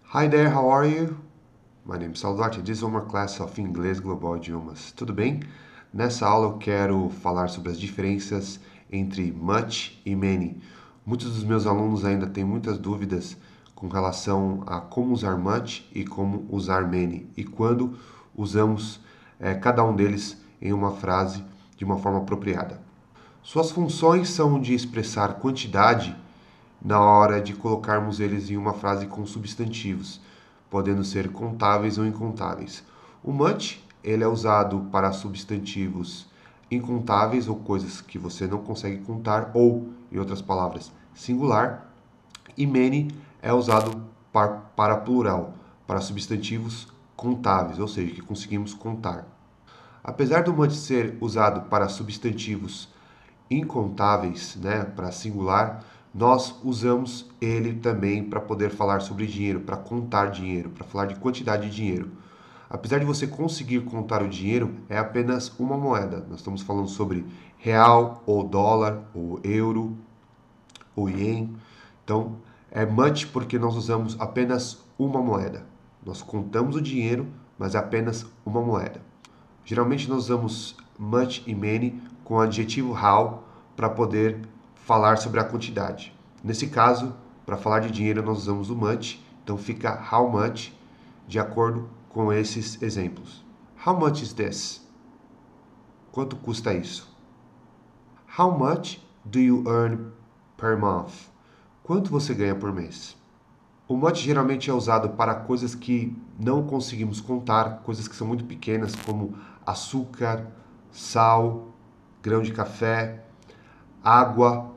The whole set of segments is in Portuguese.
Hi there, how are you? My name is Salvatore. This is one more class of Inglês Global Idiomas. Tudo bem? Nessa aula eu quero falar sobre as diferenças entre much e many. Muitos dos meus alunos ainda têm muitas dúvidas com relação a como usar much e como usar many e quando usamos cada um deles em uma frase de uma forma apropriada. Suas funções são de expressar quantidade na hora de colocarmos eles em uma frase com substantivos, podendo ser contáveis ou incontáveis. O much, ele é usado para substantivos incontáveis ou coisas que você não consegue contar, ou, em outras palavras, singular. E many é usado para plural, para substantivos contáveis, ou seja, que conseguimos contar. Apesar do much ser usado para substantivos incontáveis, né, para singular, nós usamos ele também para poder falar sobre dinheiro, para contar dinheiro, para falar de quantidade de dinheiro. Apesar de você conseguir contar o dinheiro, é apenas uma moeda. Nós estamos falando sobre real, ou dólar, ou euro, ou ien. Então, é much porque nós usamos apenas uma moeda. Nós contamos o dinheiro, mas é apenas uma moeda. Geralmente nós usamos much e many com o adjetivo how para poder falar sobre a quantidade. Nesse caso, para falar de dinheiro nós usamos o much, então fica how much de acordo com esses exemplos. How much is this? Quanto custa isso? How much do you earn per month? Quanto você ganha por mês? O much geralmente é usado para coisas que não conseguimos contar, coisas que são muito pequenas, como açúcar, sal, grão de café, água,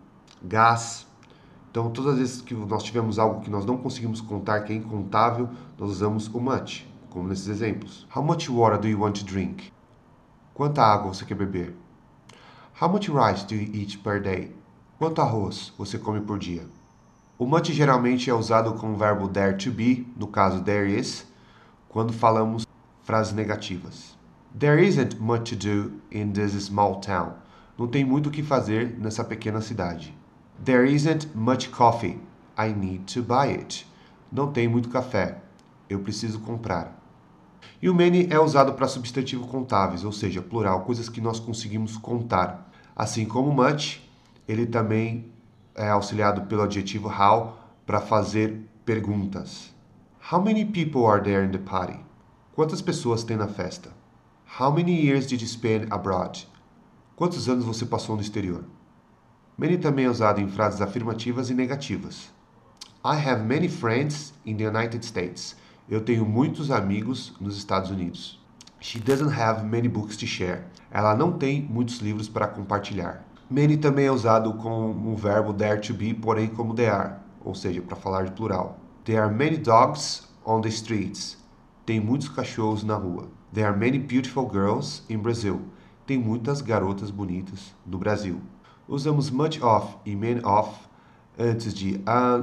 gás. Então, todas as vezes que nós tivermos algo que nós não conseguimos contar, que é incontável, nós usamos o much, como nesses exemplos. How much water do you want to drink? Quanta água você quer beber? How much rice do you eat per day? Quanto arroz você come por dia? O much geralmente é usado com o verbo there to be, no caso there is, quando falamos frases negativas. There isn't much to do in this small town. Não tem muito o que fazer nessa pequena cidade. There isn't much coffee. I need to buy it. Não tem muito café. Eu preciso comprar. E o many é usado para substantivo contáveis, ou seja, plural, coisas que nós conseguimos contar. Assim como much, ele também é auxiliado pelo adjetivo how para fazer perguntas. How many people are there in the party? Quantas pessoas tem na festa? How many years did you spend abroad? Quantos anos você passou no exterior? Many também é usado em frases afirmativas e negativas. I have many friends in the United States. Eu tenho muitos amigos nos Estados Unidos. She doesn't have many books to share. Ela não tem muitos livros para compartilhar. Many também é usado com o verbo there to be, porém como they are, ou seja, para falar de plural. There are many dogs on the streets. Tem muitos cachorros na rua. There are many beautiful girls in Brazil. Tem muitas garotas bonitas no Brasil. Usamos much of e many of antes de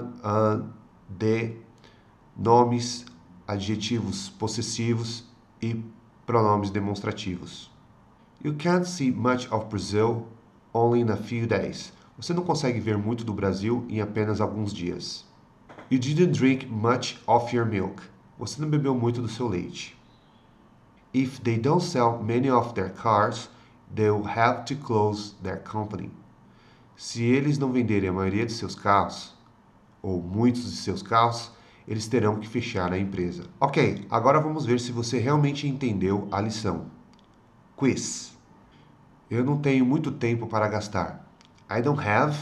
de, nomes, adjetivos possessivos e pronomes demonstrativos. You can't see much of Brazil only in a few days. Você não consegue ver muito do Brasil em apenas alguns dias. You didn't drink much of your milk. Você não bebeu muito do seu leite. If they don't sell many of their cars, they'll have to close their company. Se eles não venderem a maioria de seus carros, ou muitos de seus carros, eles terão que fechar a empresa. Ok, agora vamos ver se você realmente entendeu a lição. Quiz. Eu não tenho muito tempo para gastar. I don't have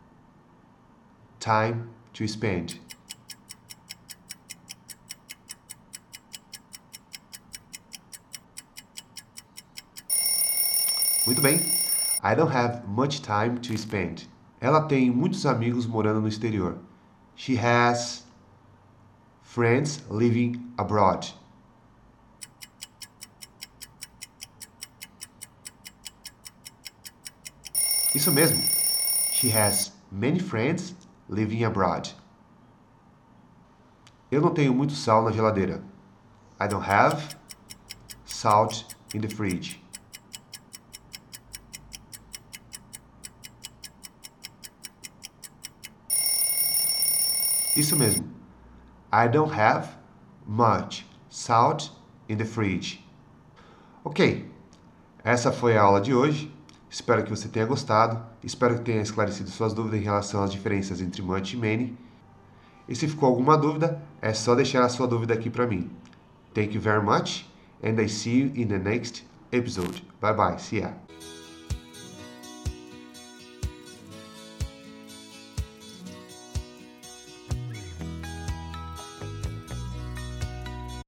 time to spend. Muito bem. I don't have much time to spend. Ela tem muitos amigos morando no exterior. She has friends living abroad. Isso mesmo. She has many friends living abroad. Eu não tenho muito sal na geladeira. I don't have salt in the fridge. Isso mesmo. I don't have much salt in the fridge. Ok, essa foi a aula de hoje. Espero que você tenha gostado. Espero que tenha esclarecido suas dúvidas em relação às diferenças entre much e many. E se ficou alguma dúvida, é só deixar a sua dúvida aqui para mim. Thank you very much, and I see you in the next episode. Bye bye, see ya.